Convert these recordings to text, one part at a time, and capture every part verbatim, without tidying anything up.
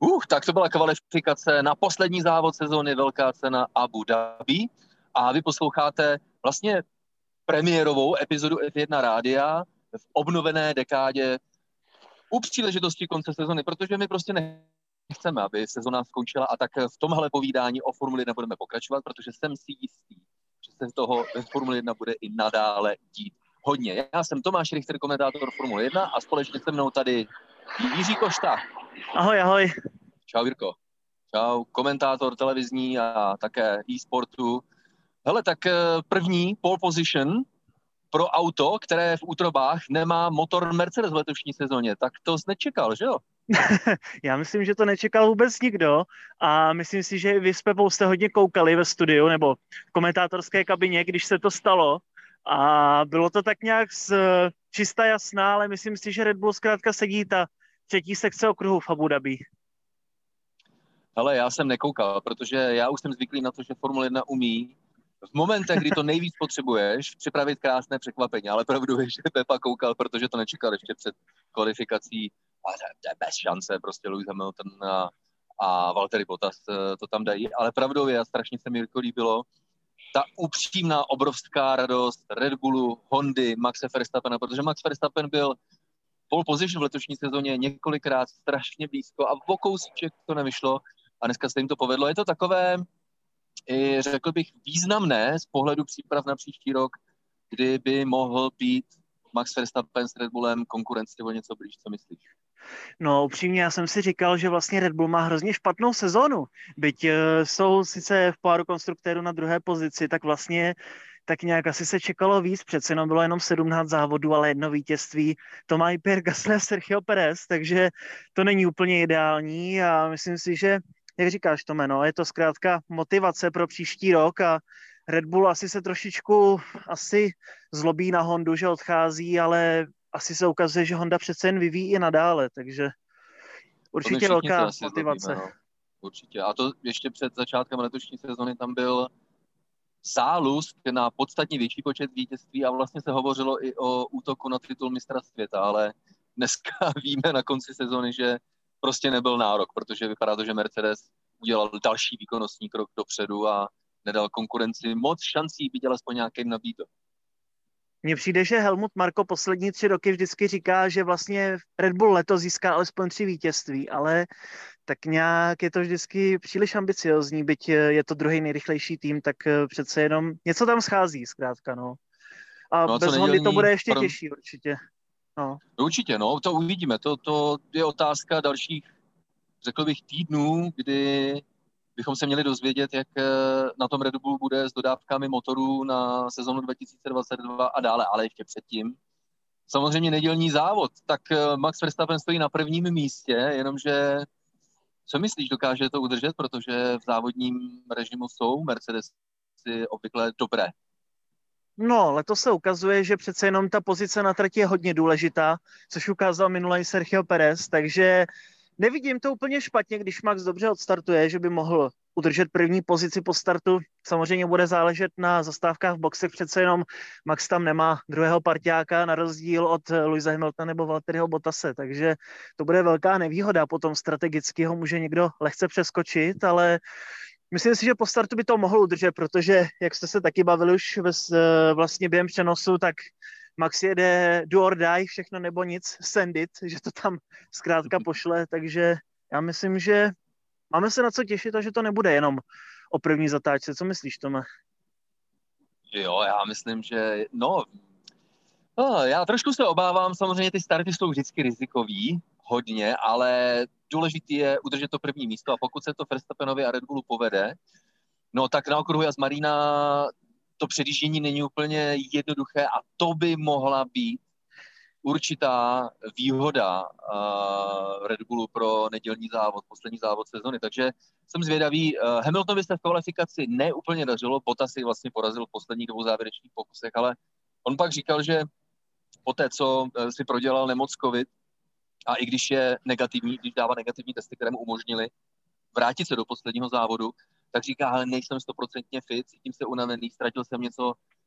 Uh, tak to byla kvalifikace na poslední závod sezóny, velká cena Abu Dhabi. A vy posloucháte vlastně premiérovou epizodu F jedna rádia v obnovené dekádě u příležitosti konce sezony, protože my prostě nechceme, aby sezona skončila, a tak v tomhle povídání o Formuli jedna budeme pokračovat, protože jsem si jistý, že se toho ve Formuli jedna bude i nadále dít hodně. Já jsem Tomáš Richter, komentátor Formule jedna, a společně se mnou tady Jiří Košta. Ahoj, ahoj. Čau, Jirko. Čau, komentátor televizní a také e-sportu. Hele, tak první pole position pro auto, které v útrobách nemá motor Mercedes v letošní sezóně. Tak to jsi nečekal, že jo? Já myslím, že to nečekal vůbec nikdo a myslím si, že vy s Pepou jste hodně koukali ve studiu nebo v komentátorské kabině, když se to stalo, a bylo to tak nějak z, čista jasná, ale myslím si, že Red Bull zkrátka sedí ta třetí sekce okruhu v Abu Dhabi. Hele, já jsem nekoukal, protože já už jsem zvyklý na to, že Formule jedna umí v momentech, kdy to nejvíc potřebuješ, připravit krásné překvapení, ale pravdu je, že Pepa koukal, protože to nečekal ještě před kvalifikací, a to je bez šance, prostě Lewis Hamilton a, a Valtteri Bottas to tam dají, ale pravdou je, a strašně se mi Jirko líbilo, ta upřímná, obrovská radost Red Bullu, Hondy, Maxe Verstappena, protože Max Verstappen byl pole position v letošní sezóně několikrát strašně blízko a o kousíček to nevyšlo a dneska se jim to povedlo. Je to takové, i řekl bych, významné z pohledu příprav na příští rok, kdy by mohl být Max Verstappen s Red Bullem konkurenci o něco blíž, co myslíš? No upřímně, já jsem si říkal, že vlastně Red Bull má hrozně špatnou sezónu. Byť uh, jsou sice v páru konstruktérů na druhé pozici, tak vlastně tak nějak asi se čekalo víc, přece jenom bylo jenom sedmnáct závodů, ale jedno vítězství, to má i Pierre Gasly a Sergio Perez, takže to není úplně ideální a myslím si, že, jak říkáš Tome, no, je to zkrátka motivace pro příští rok a Red Bull asi se trošičku asi zlobí na Hondu, že odchází, ale asi se ukazuje, že Honda přece jen vyvíjí i nadále, takže určitě velká motivace. Zlobíme, no. Určitě. A to ještě před začátkem letošní sezony tam byl záluzk na podstatně větší počet vítězství a vlastně se hovořilo i o útoku na titul mistra světa, ale dneska víme na konci sezony, že prostě nebyl nárok, protože vypadá to, že Mercedes udělal další výkonnostní krok dopředu a nedal konkurenci moc šancí být alespoň nějakým nabídek. Mně přijde, že Helmut Marko poslední tři roky vždycky říká, že vlastně Red Bull letos získá alespoň tři vítězství, ale tak nějak je to vždycky příliš ambiciozní, byť je to druhý nejrychlejší tým, tak přece jenom něco tam schází zkrátka, no. A no, bez Hondy to bude ještě pro... těžší určitě. No. Určitě, no, to uvidíme. To, to je otázka dalších, řekl bych, týdnů, kdy bychom se měli dozvědět, jak na tom Red Bull bude s dodávkami motorů na sezonu dva tisíce dvacet dva a dále, ale ještě předtím. Samozřejmě nedělní závod, tak Max Verstappen stojí na prvním místě, jenomže co myslíš, dokáže to udržet, protože v závodním režimu jsou Mercedesy obvykle dobré? No, letos se ukazuje, že přece jenom ta pozice na trati je hodně důležitá, což ukázal minulý Sergio Perez, takže nevidím to úplně špatně, když Max dobře odstartuje, že by mohl udržet první pozici po startu. Samozřejmě bude záležet na zastávkách v boxech, přece jenom Max tam nemá druhého parťáka na rozdíl od Lewise Hamiltona nebo Valtteriho Bottase, takže to bude velká nevýhoda. Potom strategicky ho může někdo lehce přeskočit, ale myslím si, že po startu by to mohl udržet, protože, jak jste se taky bavili už vlastně během přenosu, tak Max jede do or die, všechno nebo nic, send it, že to tam zkrátka pošle, takže já myslím, že máme se na co těšit a že to nebude jenom o první zatáčce. Co myslíš, Tome? Jo, já myslím, že no, no, já trošku se obávám, samozřejmě ty starty jsou vždycky rizikový, hodně, ale důležitý je udržet to první místo a pokud se to Verstappenovi a Red Bullu povede, no tak na okruhu Jas Marina to předjíždění není úplně jednoduché a to by mohla být určitá výhoda uh, Red Bullu pro nedělní závod, poslední závod sezony. Takže jsem zvědavý. Uh, Hamiltonovi se v kvalifikaci neúplně dařilo, Bottas si vlastně porazil v posledních dvou závěrečných pokusech, ale on pak říkal, že poté, co uh, si prodělal nemoc COVID a i když je negativní, když dává negativní testy, které mu umožnili vrátit se do posledního závodu, tak říká, ale nejsem stoprocentně fit, cítím se unavený, ztratil jsem něco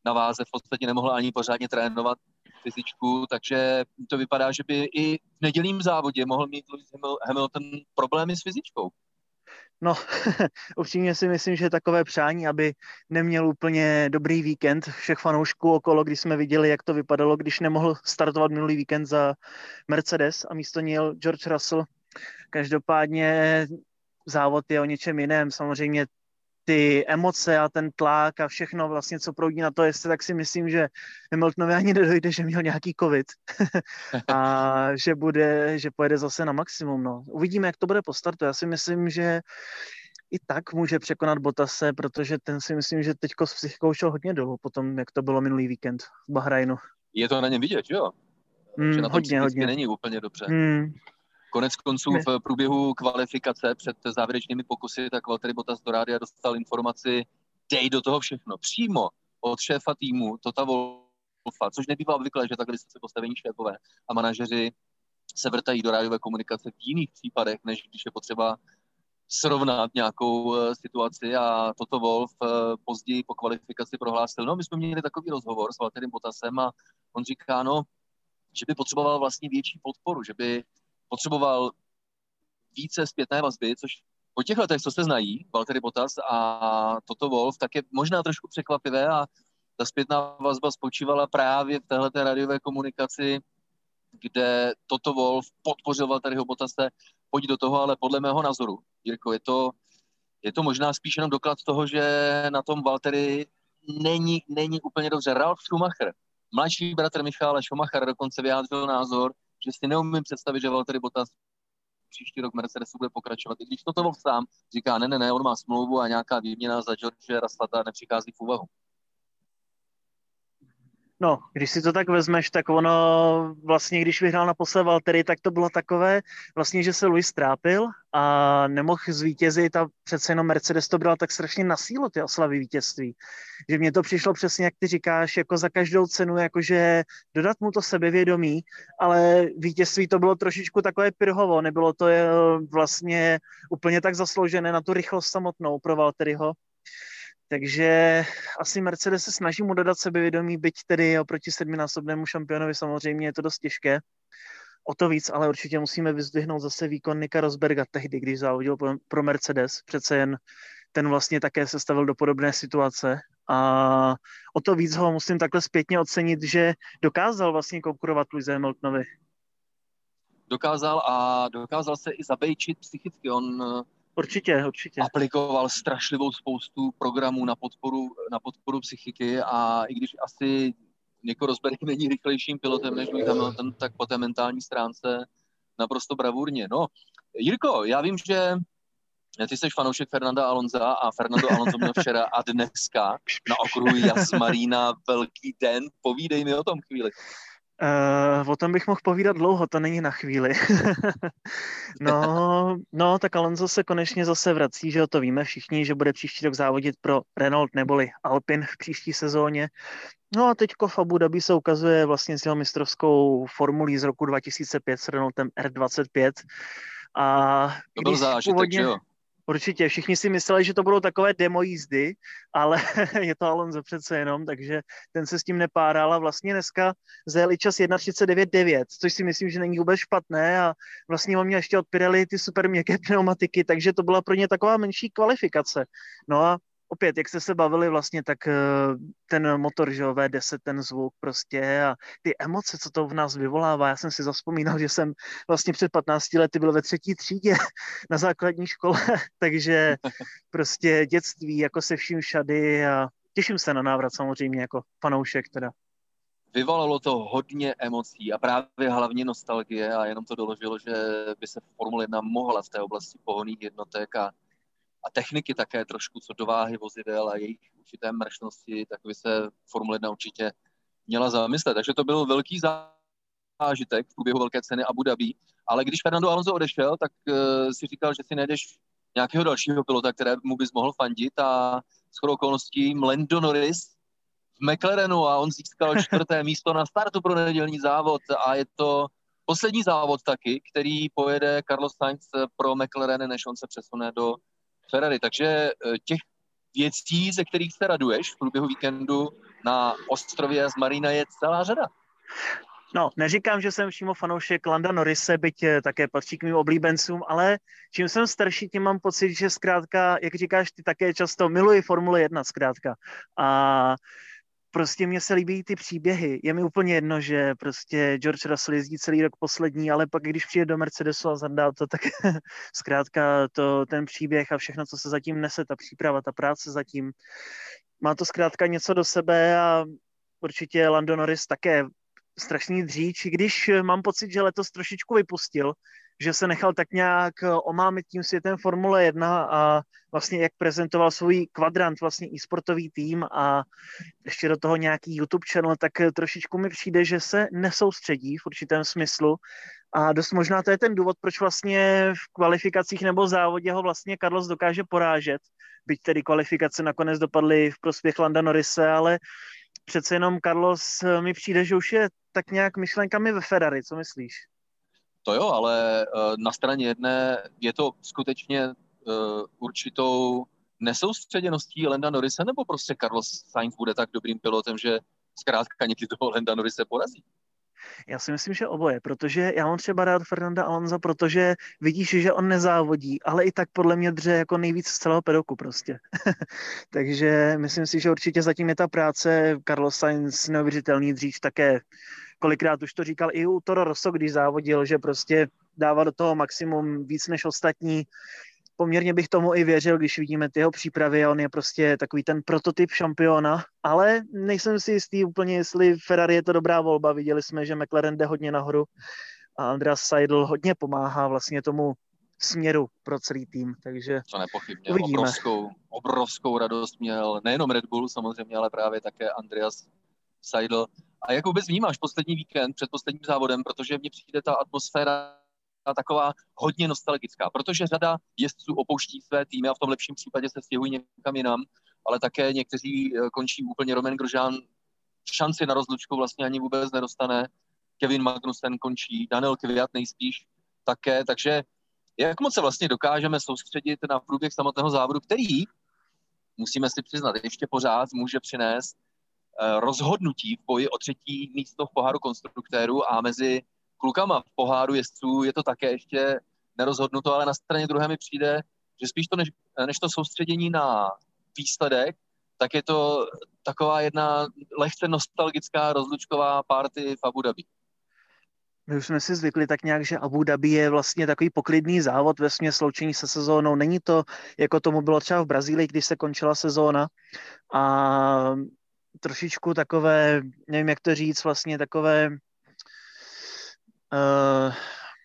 na váze, v podstatě nemohl ani pořádně trénovat fyzičku, takže to vypadá, že by i v nedělním závodě mohl mít Lewis Hamilton problémy s fyzičkou. No, upřímně si myslím, že takové přání, aby neměl úplně dobrý víkend všech fanoušků okolo, když jsme viděli, jak to vypadalo, když nemohl startovat minulý víkend za Mercedes a místo něj George Russell. Každopádně závod je o něčem jiném. Samozřejmě ty emoce a ten tlak a všechno vlastně, co proudí na to, jestli tak si myslím, že Hamiltonovi ani nedojde, že měl nějaký covid a že bude, že pojede zase na maximum. No. Uvidíme, jak to bude po startu. Já si myslím, že i tak může překonat Bottase, protože ten si myslím, že teďko s psychikou šel hodně dolů potom, jak to bylo minulý víkend v Bahrajnu. Je to na něm vidět, jo? Mm, že na tom hodně, hodně. není úplně dobře. Mm. Konec konců v průběhu kvalifikace před závěrečnými pokusy, tak Valtteri Bottas do rádia dostal informaci, dej do toho všechno, přímo od šéfa týmu, Tota Wolffa, což nebývá obvykle, že takhle se postavení šéfové a manažeři se vrtají do rádiové komunikace v jiných případech, než když je potřeba srovnat nějakou situaci, a Toto Wolff později po kvalifikaci prohlásil, no my jsme měli takový rozhovor s Valtterem Bottasem a on říká, no, že by potřeboval vlastně větší podporu, že by potřeboval více zpětné vazby, což po těch letech, co se znají, Valtteri Bottas a Toto Wolff, tak je možná trošku překvapivé a ta zpětná vazba spočívala právě v téhleté radiové komunikaci, kde Toto Wolff podpořil Valtteriho Bottase, pojď do toho, ale podle mého názoru, Jirko, je to, je to možná spíš jenom doklad toho, že na tom Valtteri není, není úplně dobře. Ralf Schumacher, mladší bratr Michala Schumachera, dokonce vyjádřil názor, že si neumím představit, že Valtteri Bottas příští rok Mercedesu bude pokračovat. I když Toto Wolff sám říká, ne, ne, ne, on má smlouvu a nějaká výměna za George Russella nepřichází v úvahu. No, když si to tak vezmeš, tak ono vlastně, když vyhrál naposled Valtteri, tak to bylo takové vlastně, že se Lewis trápil a nemohl zvítězit a přece jenom Mercedes to bral tak strašně na sílu, ty oslavy vítězství. Že mně to přišlo přesně, jak ty říkáš, jako za každou cenu, jakože dodat mu to sebevědomí, ale vítězství to bylo trošičku takové pyrhovo, nebylo to vlastně úplně tak zasloužené na tu rychlost samotnou pro Valtteriho. Takže asi Mercedes se snaží mu dodat sebevědomí, byť tedy oproti sedminásobnému šampionovi samozřejmě je to dost těžké. O to víc, ale určitě musíme vyzdvihnout zase výkon Nika Rosberga tehdy, když závodil pro Mercedes. Přece jen ten vlastně také se stavil do podobné situace a o to víc ho musím takhle zpětně ocenit, že dokázal vlastně konkurovat Lewisi Hamiltonovi. Dokázal a dokázal se i zabejčit psychicky. On Určitě, určitě. aplikoval strašlivou spoustu programů na podporu, na podporu psychiky a i když asi Nico Rosberg není rychlejším pilotem než Lewis Hamilton, tak po té mentální stránce naprosto bravurně. No, Jirko, já vím, že ty jsi fanoušek Fernanda Alonsa a Fernando Alonso měl včera a dneska na okruhu Yas Marina velký den. Povídej mi o tom chvíli. Uh, o tom bych mohl povídat dlouho, to není na chvíli. no, no, tak Alonso se konečně zase vrací, že to víme všichni, že bude příští rok závodit pro Renault neboli Alpine v příští sezóně. No a teďko v Abu Dhabi se ukazuje vlastně s jeho mistrovskou formulí z roku dva tisíce pět s Renaultem R dvacet pět. A to byl zážitek, původně... že jo? Určitě, všichni si mysleli, že to budou takové demo jízdy, ale je to Alonso přece jenom, takže ten se s tím nepáral a vlastně dneska zajel i čas jedna třicet devět devět, což si myslím, že není vůbec špatné a vlastně on měl ještě od Pirelli ty super měkké pneumatiky, takže to byla pro ně taková menší kvalifikace. No a opět, jak jste se bavili vlastně, tak ten motor, že jo, V deset, ten zvuk prostě a ty emoce, co to v nás vyvolává. Já jsem si zavzpomínal, že jsem vlastně před patnácti lety byl ve třetí třídě na základní škole, takže prostě dětství, jako se vším všady a těším se na návrat samozřejmě jako fanoušek teda. Vyvolalo to hodně emocí a právě hlavně nostalgie a jenom to doložilo, že by se Formule jedna mohla v té oblasti pohonných jednotek a a techniky také trošku, co do váhy vozidel a jejich určité mršnosti, tak by se Formule jedna určitě měla zamyslet. Takže to byl velký zážitek v průběhu velké ceny Abu Dhabi, ale když Fernando Alonso odešel, tak uh, si říkal, že si najdeš nějakého dalšího pilota, kterému bys mohl fandit a shodou okolností Lando Norris v McLarenu a on získal čtvrté místo na startu pro nedělní závod a je to poslední závod taky, který pojede Carlos Sainz pro McLaren, než on se přesune do Ferrari. Takže těch věcí, ze kterých se raduješ v průběhu víkendu, na ostrově z Marina je celá řada. No, neříkám, že jsem přímo fanoušek Landa Norrise, byť také patří k mým oblíbencům, ale čím jsem starší, tím mám pocit, že zkrátka, jak říkáš ty také často, miluji Formule jedna zkrátka. A prostě mně se líbí ty příběhy. Je mi úplně jedno, že prostě George Russell jezdí celý rok poslední, ale pak když přijde do Mercedesu a zadá to, tak zkrátka to, ten příběh a všechno, co se zatím nese, ta příprava, ta práce zatím, má to zkrátka něco do sebe a určitě Lando Norris také strašný dříč, i když mám pocit, že letos trošičku vypustil, že se nechal tak nějak omámit tím světem Formule jedna a vlastně jak prezentoval svůj kvadrant, vlastně e-sportový tým a ještě do toho nějaký YouTube channel, tak trošičku mi přijde, že se nesoustředí v určitém smyslu a dost možná to je ten důvod, proč vlastně v kvalifikacích nebo v závodě ho vlastně Carlos dokáže porážet, byť tedy kvalifikace nakonec dopadly v prospěch Landa Norrise, ale přece jenom Carlos mi přijde, že už je tak nějak myšlenkami ve Ferrari, co myslíš? To jo, ale na straně jedné je to skutečně určitou nesoustředěností Landa Norrise, nebo prostě Carlos Sainz bude tak dobrým pilotem, že zkrátka někdy toho Landa Norrise porazí? Já si myslím, že oboje, protože já mám třeba rád Fernanda Alonsa, protože vidíš, že on nezávodí, ale i tak podle mě dře jako nejvíc z celého pedoku prostě. Takže myslím si, že určitě zatím je ta práce. Carlos Sainz neuvěřitelný dřív také. Kolikrát už to říkal i u Toro Rosso, když závodil, že prostě dává do toho maximum víc než ostatní. Poměrně bych tomu i věřil, když vidíme ty jeho přípravy a on je prostě takový ten prototyp šampiona, ale nejsem si jistý úplně, jestli Ferrari je to dobrá volba. Viděli jsme, že McLaren jde hodně nahoru a Andreas Seidl hodně pomáhá vlastně tomu směru pro celý tým, takže co nepochybně, uvidíme. Obrovskou, obrovskou radost měl nejenom Red Bull samozřejmě, ale právě také Andreas Seidl. A jak vůbec vnímáš poslední víkend před posledním závodem, protože mně přijde ta atmosféra taková hodně nostalgická, protože řada jezdců opouští své týmy a v tom lepším případě se stěhují někam jinam, ale také někteří končí úplně. Romain Grosjean šanci na rozlučku vlastně ani vůbec nedostane, Kevin Magnussen končí, Daniel Kvyat nejspíš také, takže jak moc se vlastně dokážeme soustředit na průběh samotného závodu, který, musíme si přiznat, ještě pořád může přinést rozhodnutí v boji o třetí místo v poháru konstruktérů a mezi klukama v poháru jezdců je to také ještě nerozhodnuto, ale na straně druhé mi přijde, že spíš to než, než to soustředění na výsledek, tak je to taková jedna lehce nostalgická rozlučková party v Abu Dhabi. My už jsme si zvykli tak nějak, že Abu Dhabi je vlastně takový poklidný závod ve směs sloučení se sezónou. Není to, jako tomu bylo třeba v Brazílii, když se končila sezóna a trošičku takové, nevím jak to říct, vlastně takové uh,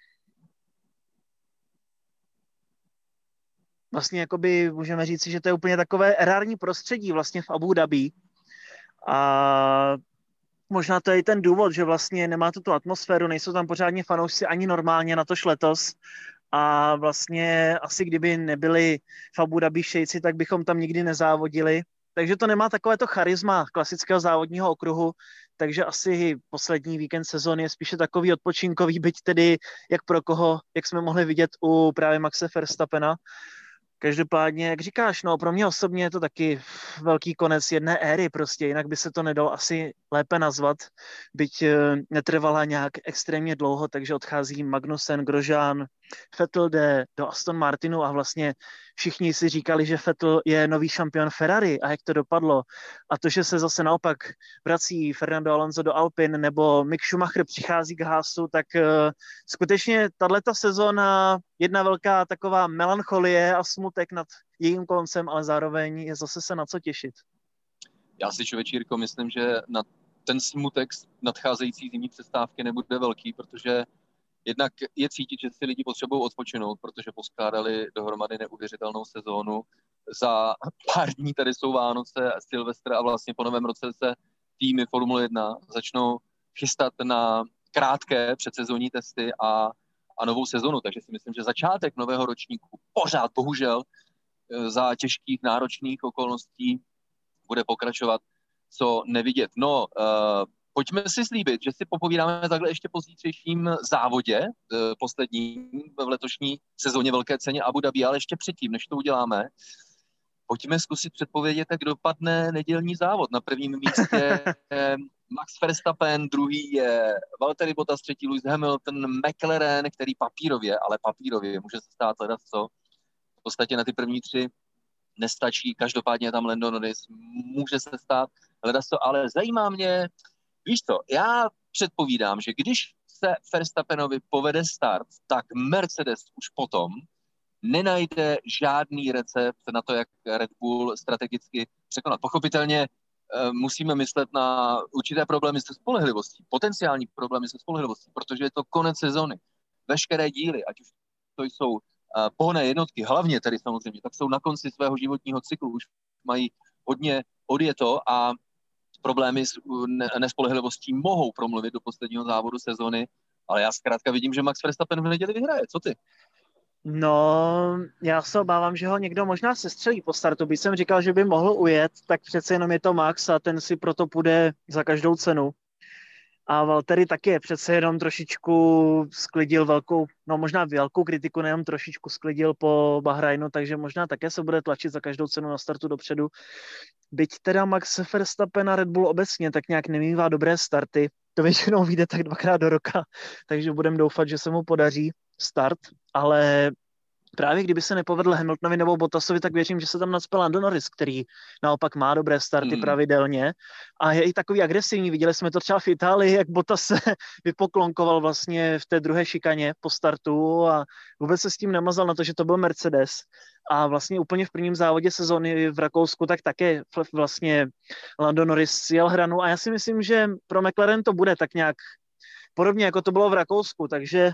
vlastně jakoby můžeme říct, že to je úplně takové erární prostředí vlastně v Abu Dhabi a možná to je i ten důvod, že vlastně nemá tu atmosféru, nejsou tam pořádně fanoušci ani normálně, natož letos. A vlastně asi kdyby nebyli v Abu Dhabi šejci, tak bychom tam nikdy nezávodili. Takže to nemá takové to charisma klasického závodního okruhu, takže asi poslední víkend sezóny je spíše takový odpočinkový, byť tedy jak pro koho, jak jsme mohli vidět u právě Maxe Verstappena. Každopádně, jak říkáš, no pro mě osobně je to taky velký konec jedné éry prostě, jinak by se to nedalo asi lépe nazvat, byť netrvala nějak extrémně dlouho, takže odchází Magnussen, Grosjean, Vettel jde do Aston Martinu a vlastně všichni si říkali, že Vettel je nový šampion Ferrari a jak to dopadlo. A to, že se zase naopak vrací Fernando Alonso do Alpin nebo Mick Schumacher přichází k Haasu, tak uh, skutečně tato sezóna jedna velká taková melancholie a smutek nad jejím koncem, ale zároveň je zase se na co těšit. Já si, člověčírko, myslím, že na ten smutek nadcházející zimní přestávky nebude velký, protože jednak je cítit, že si lidi potřebují odpočinout, protože poskládali dohromady neuvěřitelnou sezónu. Za pár dní tady jsou Vánoce, Silvestr a vlastně po novém roce se týmy Formule jedna začnou chystat na krátké předsezónní testy a, a novou sezonu. Takže si myslím, že začátek nového ročníku pořád, bohužel, za těžkých, náročných okolností bude pokračovat co nevidět. No, uh, pojďme si slíbit, že si popovídáme takhle ještě po zítřejším závodě, posledním v letošní sezóně Velké ceně Abu Dhabi, ale ještě předtím, než to uděláme, pojďme zkusit předpovědět, jak dopadne nedělní závod. Na prvním místě Max Verstappen, druhý je Valtteri Bottas, třetí Lewis Hamilton, McLaren, který papírově, ale papírově může se stát hledat co. V podstatě na ty první tři nestačí, každopádně je tam Lando Norris, může se stát hledat co, ale zajímá mě, víš co, já předpovídám, že když se Verstappenovi povede start, tak Mercedes už potom nenajde žádný recept na to, jak Red Bull strategicky překonat. Pochopitelně musíme myslet na určité problémy se spolehlivostí, potenciální problémy se spolehlivostí, protože je to konec sezony. Veškeré díly, ať už to jsou pohonné jednotky, hlavně tedy samozřejmě, tak jsou na konci svého životního cyklu, už mají hodně odjeto a problémy s nespolehlivostí mohou promluvit do posledního závodu sezony, ale já zkrátka vidím, že Max Verstappen v neděli vyhraje. Co ty? No, já se obávám, že ho někdo možná sestřelí po startu. Když jsem říkal, že by mohl ujet, tak přece jenom je to Max a ten si proto půjde za každou cenu. A Valtteri taky je přece jenom trošičku sklidil velkou, no možná velkou kritiku, nejenom trošičku sklidil po Bahrajnu, takže možná také se bude tlačit za každou cenu na startu dopředu. Byť teda Max Verstappen a Red Bull obecně tak nějak nemývá dobré starty, to většinou vyjde tak dvakrát do roka, takže budeme doufat, že se mu podaří start, ale právě kdyby se nepovedl Hamiltonovi nebo Bottasovi, tak věřím, že se tam nacpe Lando Norris, který naopak má dobré starty hmm. pravidelně a je i takový agresivní. Viděli jsme to třeba v Itálii, jak Bottas se vypoklonkoval vlastně v té druhé šikaně po startu a vůbec se s tím namazal na to, že to byl Mercedes. A vlastně úplně v prvním závodě sezóny v Rakousku, tak také vlastně Lando Norris jel hranu a já si myslím, že pro McLaren to bude tak nějak podobně, jako to bylo v Rakousku, takže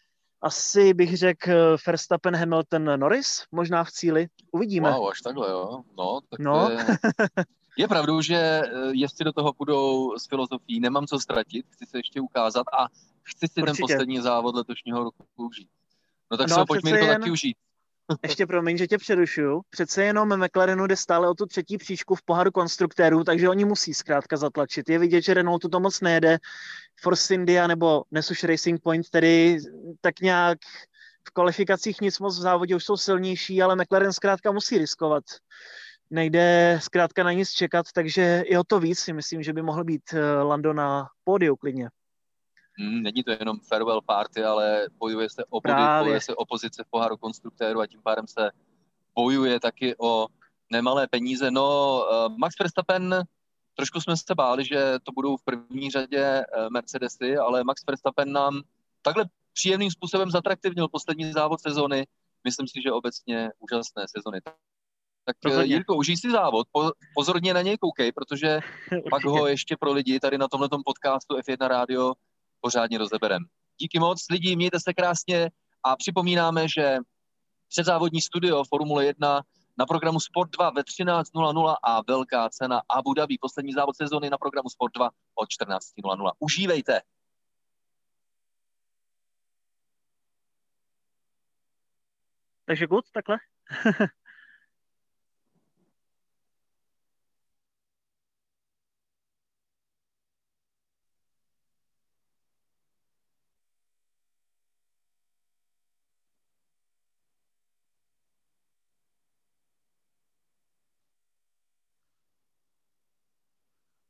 asi bych řekl Verstappen, Hamilton, Norris, možná v cíli. Uvidíme. Wow, až takhle, jo. No, tak no. Je, je pravdou, že jestli do toho půjdou s filozofií, nemám co ztratit, chci se ještě ukázat a chci si Určitě. ten poslední závod letošního roku užít. No tak no, se ho pojďme jen... to taky užít. Ještě promiň, že tě přerušuju. Přece jenom McLarenu jde stále o tu třetí příčku v poháru konstruktérů, takže oni musí zkrátka zatlačit. Je vidět, že Renaultu to moc nejede. Force India nebo dnes už Racing Point, tedy tak nějak v kvalifikacích nic moc v závodě už jsou silnější, ale McLaren zkrátka musí riskovat. Nejde zkrátka na nic čekat, takže i o to víc si myslím, že by mohl být Lando na pódiu klidně. Hmm, není to jenom farewell party, ale bojuje se o body, bojuje se o pozice v poháru konstruktéru a tím pádem se bojuje taky o nemalé peníze. No, Max Verstappen, trošku jsme se báli, že to budou v první řadě Mercedesy, ale Max Verstappen nám takhle příjemným způsobem zatraktivnil poslední závod sezony. Myslím si, že obecně úžasné sezony. Tak Rozhodně. Jirko, užij si závod, pozorně na něj koukej, protože pak ho ještě pro lidi tady na tomhletom podcastu F jedna Rádio pořádně rozeberem. Díky moc lidí, mějte se krásně a připomínáme, že předzávodní studio Formule jedna na programu Sport dva ve třináct nula nula a velká cena Abu Dhabi, poslední závod sezóny na programu Sport dva od čtrnáct nula nula. Užívejte! Takže good, takhle?